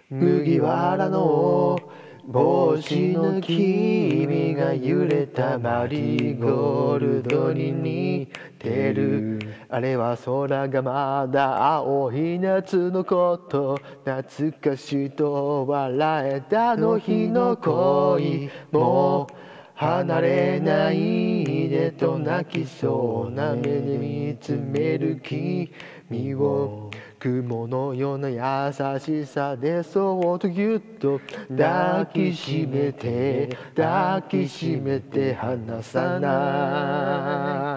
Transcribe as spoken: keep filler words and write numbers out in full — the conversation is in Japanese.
麦わらの帽子の君が揺れたマリーゴールドに似てる。あれは空がまだ青い夏のこと、懐かしいと笑えたあの日の恋、もう離れないでと泣きそうな目で見つめる君を、雲のような優しさでそっとぎゅっと抱きしめて抱きしめて離さない。